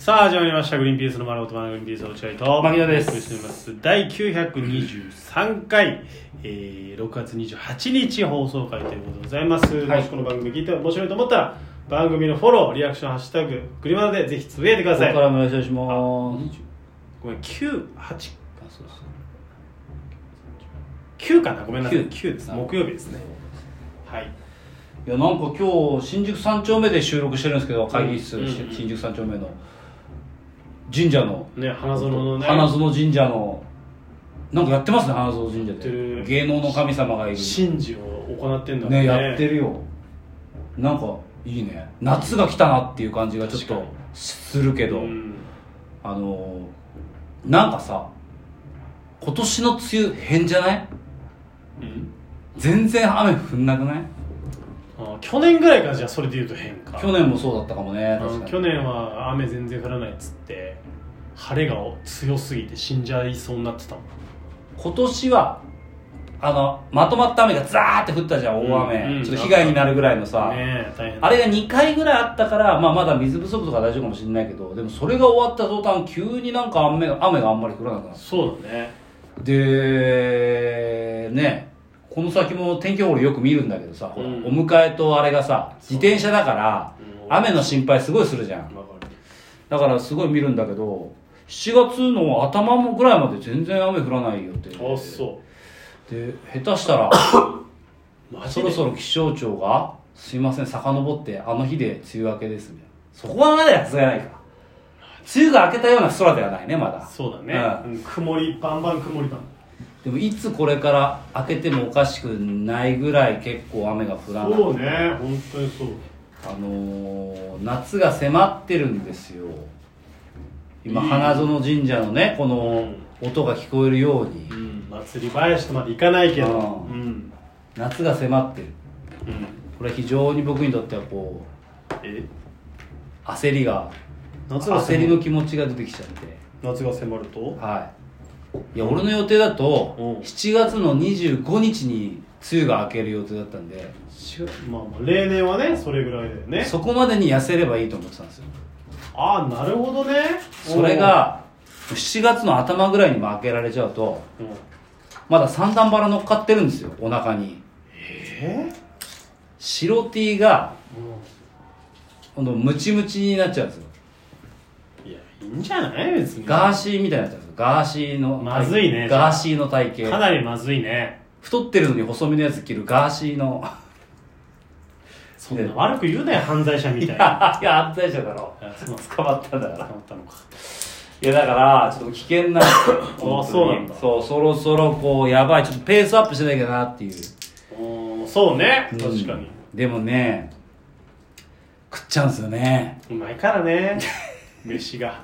さあ始まりましたグリーンピースの丸ごとバナナグリーンピース落合と牧野です。 お送りしております第923回、6月28日放送回ということでございます、 はい、 もしこの番組聞いて面白いと思ったら番組のフォローリアクションハッシュタググリマナでぜひつぶやいてください。 ここからもよろしくお願いします。 ごめん9かな、ごめんなさい、9です。木曜日ですね。はい。 いやなんか今日新宿3丁目で収録してるんですけど、会議室、新宿3丁目の神社のね、花園のね、 花園神社のなんかやってますね。花園神社で芸能の神様がいる神事を行ってんだね。 やってるよ。なんかいいね。夏が来たなっていう感じがちょっとするけど、なんかさ、今年の梅雨変じゃない？全然雨降んなくない？ 去年ぐらいからじゃあそれで言うと変か。 去年もそうだったかもね。確かに去年は雨全然降らないっつって晴れが強すぎて死んじゃいそうになってたもん。 今年はまとまった雨がザーって降ったじゃん、大雨、ちょっと被害になるぐらいのさ、 ね、大変あれが2回ぐらいあったから、まだ水不足とか大丈夫かもしれないけど、でもそれが終わった途端急になんか雨があんまり降らなくなった。 そうだね。 でね、この先も天気予報でよく見るんだけどさ、お迎えとあれがさ自転車だから雨の心配すごいするじゃん。だからすごい見るんだけど、7月の頭ぐらいまで全然雨降らないよって。 あ、そうで下手したらそろそろ気象庁がすいません遡ってあの日で梅雨明けですみたいな。そこはまだやつがないか。梅雨が明けたような空ではないね、まだ。 そうだね、曇りバンバン曇りバン。 でもいつこれから明けてもおかしくないぐらい結構雨が降らない。 そうね、本当にそう。 夏が迫ってるんですよ今。花園神社のねこの音が聞こえるように、 祭り林とまでいかないけど、 夏が迫ってる、これは非常に僕にとってはこう焦りの気持ちが出てきちゃって。 夏が迫ると、 いや、俺の予定だと7月の25日に梅雨が明ける予定だったんで、 まあ例年はねそれぐらいだよね。 そこまでに痩せればいいと思ってたんですよ。 ああ、なるほどね。 それが7月の頭ぐらいにも開けられちゃうと、まだ三段バラ乗っかってるんですよ、お腹に。白 T がムチムチになっちゃうんですよ。 いや、いいんじゃない？別にガーシーみたいになっちゃうんですよ。ガーシーのまずいね。 ガーシーの体型かなりまずいね。 太ってるのに細身のやつ着るガーシーのそんな悪く言うなよ、犯罪者みたいな。 いや犯罪者だろ。捕まったんだから。 捕まったのか。 いやだからちょっと危険なんですよ。 あ、そうなんだ。 そう、そろそろこうやばい、ちょっとペースアップしなきゃなっていう。 そうね、確かに。 でもね、食っちゃうんですよね。 うまいからね飯が。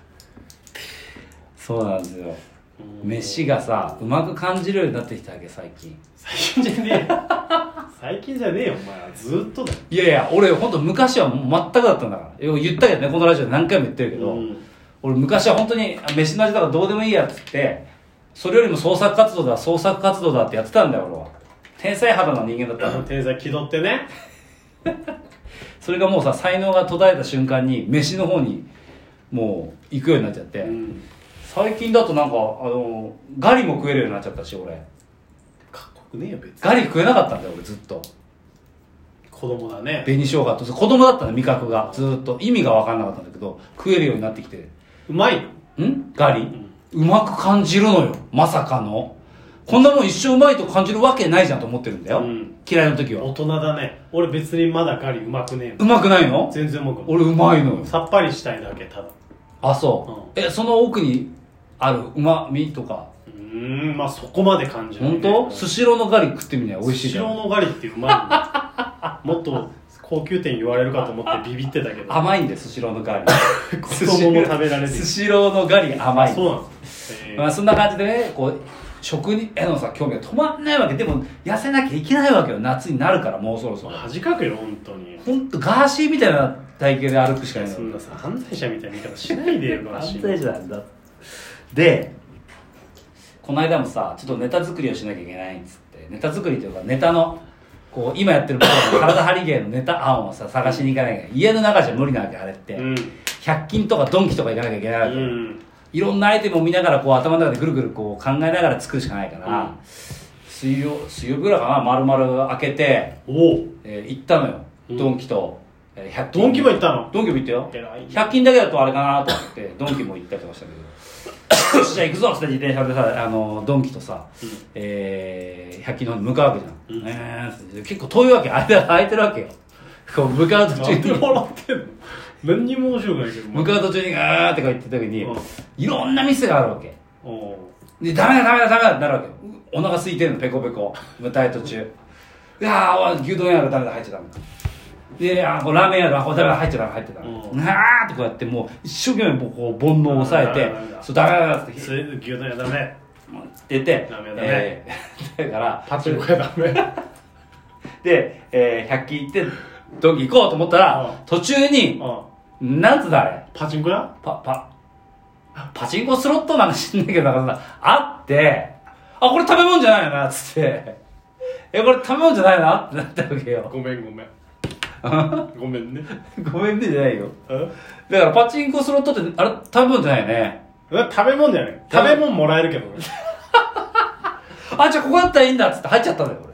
そうなんですよ。飯がさ、うまく感じるようになってきたわけ、最近。 最近じゃねえよ最近じゃねえよ、お前はずっとだよ。 いやいや、俺本当昔は全くだったんだから。言ったけどね、このラジオで何回も言ってるけど、俺昔は本当に飯の味とかどうでもいいやっつって、それよりも創作活動だってやってたんだよ、俺は。天才肌の人間だったの。 天才気取ってねそれがもうさ、才能が途絶えた瞬間に飯の方にもう行くようになっちゃって、最近だとなんかガリも食えるようになっちゃったし、俺かっこよくねえよ別に。 ガリ食えなかったんだよ、俺ずっと。 子供だね。 紅生姜と子供だったの、味覚がずっと意味が分かんなかったんだけど、食えるようになってきて。 うまいの？ ガリ、うまく感じるのよ、まさかの。こんなもん一生うまいと感じるわけないじゃんと思ってるんだよ、嫌いな時は。 大人だね。俺別にまだガリうまくねえうまくないの？ 全然うまくない。 俺うまいのよ。 さっぱりしたいだけ、ただ。 あ、そう、その奥にあるうまみとか。 まあそこまで感じない、ね。 本当？スシローのガリ食ってみなよ、美味しいから。 スシローのガリってうまいのもっと高級店言われるかと思ってビビってたけど甘いんで、スシローのガリ子供も食べられる。 スシローのガリ甘い。 そうなんです、 まあそんな感じでね、こう食へのさ興味が止まんないわけ。でも痩せなきゃいけないわけよ、夏になるから。もうそろそろ恥かくよ、本当に。 本当ガーシーみたいな体型で歩くしかないの。 そんなさ、犯罪者みたいな言い方しないでよ犯罪者なんだ。でこの間もさ、ちょっとネタ作りをしなきゃいけないっつって、ネタ作りというかネタのこう今やってる僕らの体張り芸のネタ案をさ探しに行かなきゃいけない。家の中じゃ無理なわけあれって、100均とかドンキとか行かなきゃいけないわけ、いろんなアイテムを見ながらこう頭の中でぐるぐるこう考えながら作るしかないから、水曜日ぐらいかな、丸々開けて行ったのよ、ドンキと100均。 ドンキも行ったの？ ドンキも行ったよ。100均だけだとあれかなと思ってドンキも行ったりとかしたけどよしじゃあ行くぞっつって自転車でさドンキとさ、100均の方に向かうわけじゃん、結構遠いわけ、間が空いてるわけよ。こう向かう途中になんで笑ってんの？何にも面白くないけど、 向かう途中にガーってこう行った時に、いろんな店があるわけで、ダメだってなるわけよ。お腹空いてるの、ペコペコ舞台途中、いやー牛丼やる、ダメだ入っちゃダメだ、でこうラーメンやる、ダメだ入っちゃダメ入ってた、ってこうやってもう一生懸命こう煩悩を抑えて、そうダメだって牛丼やダメって言ってダメだからパチンコやダメで、100均行ってドンキ行こうと思ったら、途中になんつうんだあれ、 パチンコやパチンコスロットなんか知んないけど、なんかさあって、これ食べ物じゃないよなっつって、これ食べ物じゃないなってなったわけよ。 ごめんごめんねごめんねじゃないよ。だからパチンコスロットってあれ食べ物じゃないよね。 食べ物じゃない、食べ物もらえるけどねじゃあここだったらいいんだっつって入っちゃったんだよ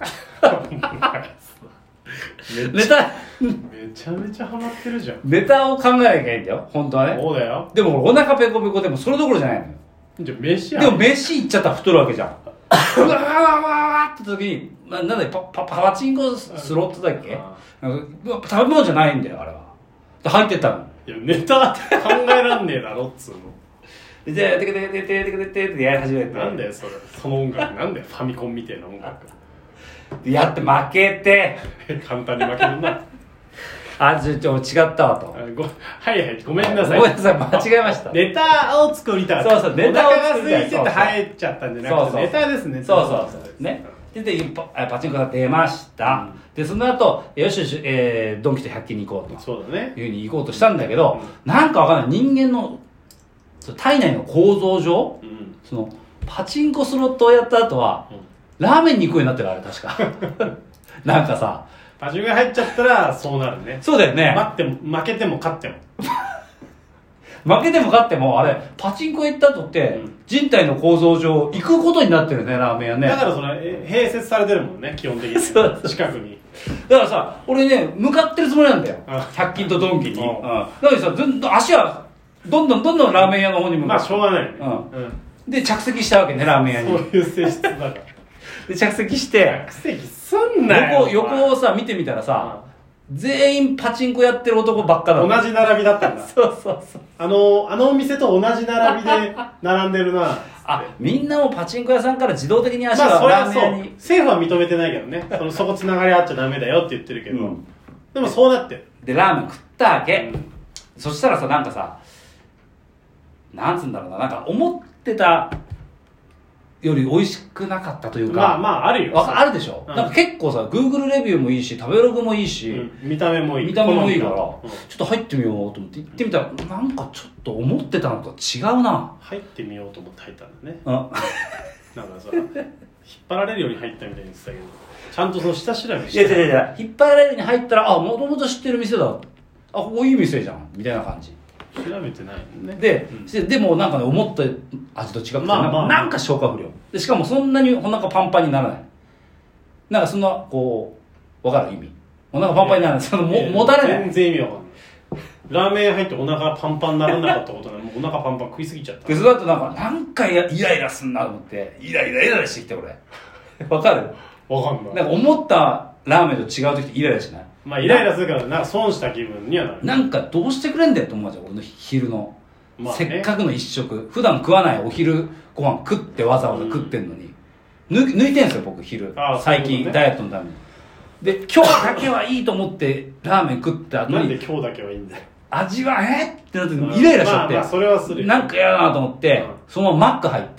俺ネタめちゃめちゃハマってるじゃん。 ネタを考えなきゃいけないんだよ本当はね。 そうだよ。 でも俺お腹ペコペコでもそれどころじゃないのよ。 じゃあ飯やでも飯行っちゃったら太るわけじゃんうわーって時になんだパチンコスロットだっけ、食べ物じゃないんだよあれは。入ってったの。 いやネタ考えらんねえだろっつうの。 でテケテケテケテケテケってやり始めて、 なんだよそれ、その音楽なんだよ、ファミコンみたいな音楽やって負けて簡単に負けるな違ったわと。 はいごめんなさい、 ごめんなさい、間違えました。 ネタを作りたかった。 そうネタを作りたい。 お腹が空いてて入っちゃったんじゃなくて、ネタですね。 そうね。でパチンコが出ました、でその後よしよし、ドンキと100均に行こうと、 そうだね、 いうふうに行こうとしたんだけど、なんかわかんない、人間の体内の構造上、そのパチンコスロットをやった後は、ラーメンに行くようになってる、あれ確かなんかさ、 パチンコが入っちゃったらそうなるね。 そうだよね。 負けても勝っても負けても勝っても、あれパチンコ行った後って、人体の構造上行くことになってるね、ラーメン屋ね。 だからそれ併設されてるもんね、基本的に近くに。 だからさ、俺ね向かってるつもりなんだよ、100均とドンキに。だからさ、ずっと足はどんどんラーメン屋の方に向かって、 まあしょうがないね、 で着席したわけね、ラーメン屋に。 そういう性質だからで着席して、 着席すんなよ。 横をさ見てみたらさ、全員パチンコやってる男ばっかだった。 同じ並びだったんだそうあのお店と同じ並びで並んでるなみんなもパチンコ屋さんから自動的に足がラーメン屋に、 政府は認めてないけどねそこつながりあっちゃダメだよって言ってるけど、でもそうなってる。 でラーメン食ったわけ、そしたらさ、なんかさ、なんつうんだろうな、なんか思ってたより美味しくなかったというか、 まああるよ、 あるでしょ、なんか結構さ、Google レビューもいいし、食べログもいいし、 見た目もいいから、ちょっと入ってみようと思って行ってみたら、なんかちょっと思ってたのと違うな。 入ってみようと思って入ったんだね。なんかさ、引っ張られるように入ったみたいに言ってたけど、ちゃんとその下調べして。 いや引っ張られるように入ったら、もともと知ってる店だ、ここいい店じゃんみたいな感じ。 調べてないもんね。 でもなんかね、思った味と違くて、なんか消化不良で、しかもそんなにお腹パンパンにならない。なんかそんなこう、分かる意味、お腹パンパンにならない、そのもたれない。 全然意味わかんない。ラーメン入ってお腹パンパンにならなかったことない。もうお腹パンパン食いすぎちゃった。 でその後なんかイライラすんなと思って、イライラしてきて、俺分かる？ わかんない。 なんか思ったラーメンと違う時ってイライラしない？ まあイライラするから、なんか損した気分にはなる。 なんかどうしてくれんだよと思うじゃん、俺の昼の、せっかくの一食、普段食わないお昼ご飯食ってわざわざ食ってんのに、抜いてんすよ僕昼、最近ダイエットのために。で今日だけはいいと思ってラーメン食った後に、 なんで今日だけはいいんだよ。 味はってなってイライラしちゃって、 それはする。 なんか嫌だなと思って、そのままマック入って、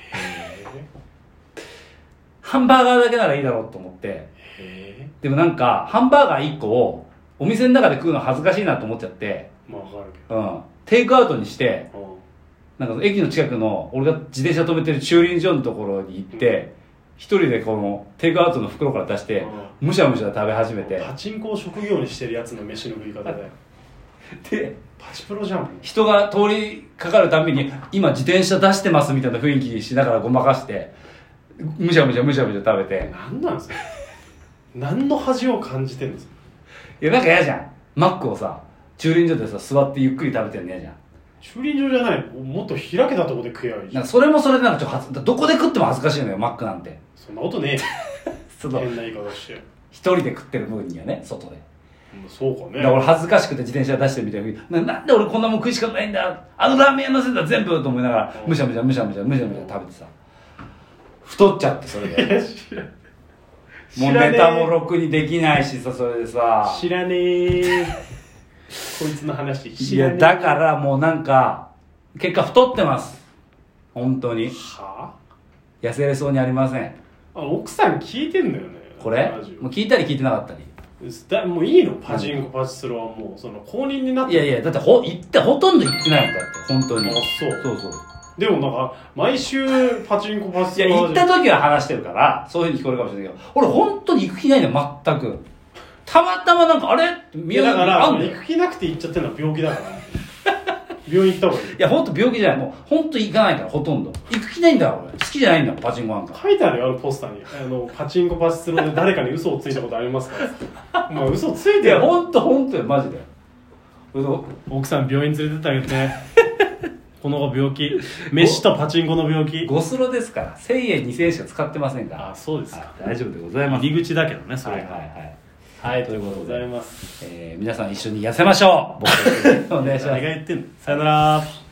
ハンバーガーだけならいいだろうと思って、でもなんかハンバーガー1個をお店の中で食うの恥ずかしいなと思っちゃって、 まあわかるけど、 テイクアウトにして、なんか駅の近くの俺が自転車止めてる駐輪場のところに行って、 一人でこのテイクアウトの袋から出して、むしゃむしゃ食べ始めて、 パチンコを職業にしてるやつの飯の食い方ででパチプロじゃん。 人が通りかかるたびに今自転車出してますみたいな雰囲気しながらごまかしてむしゃむしゃ食べて、 何なんですか何の恥を感じてるんですか。 いやなんか嫌じゃん。マックをさ駐輪場でさ座ってゆっくり食べてるの嫌じゃん。 駐輪場じゃない、もっと開けたとこで食えばいいじゃん。 なんかそれもそれでなんかちょっとどこで食っても恥ずかしいのよマックなんて。 そんなことねえその変な言い方して一人で食ってる分にはね外で。 そうかね。 だから俺恥ずかしくて自転車出してるみたいになんで俺こんなもん食いしかないんだ、あのラーメン屋のせいだ全部と思いながらむしゃむしゃ食べてさ太っちゃって、それでもうネタもろくにできないしさ、それでさ知らねえこいつの話知らねえ。 いやだからもうなんか結果太ってます、本当に。 は痩せれそうにありません。 奥さん聞いてんのよねこれもう聞いたり聞いてなかったり。 もういいの、パチンコパチスロはもうその公認になって。 いやいやだってほとんど行ってないもんだって本当に。そうでもなんか毎週パチンコパチスロいや行った時は話してるからそういうふうに聞こえるかもしれないけど、俺本当に行く気ないのよ全く。たまたまなんかあれいやだから行く気なくて行っちゃってるのは病気だから病院行った方がいい。 いや本当病気じゃない、もう本当行かないから、ほとんど行く気ないんだ俺、好きじゃないんだパチンコなんか。 書いてあるよポスターにパチンコパチスロで誰かに嘘をついたことありますかお前嘘ついてる。 いや本当よマジで。 奥さん病院連れてってあげてこの子病気、飯とパチンコの病気。 ゴスロですから1000円2000円しか使ってませんから。 あ、そうですか、 大丈夫でございます。 入り口だけどねそれが。 はい、ということでございます。 皆さん一緒に痩せましょう。僕お願いします。 誰が言ってんの。さよなら。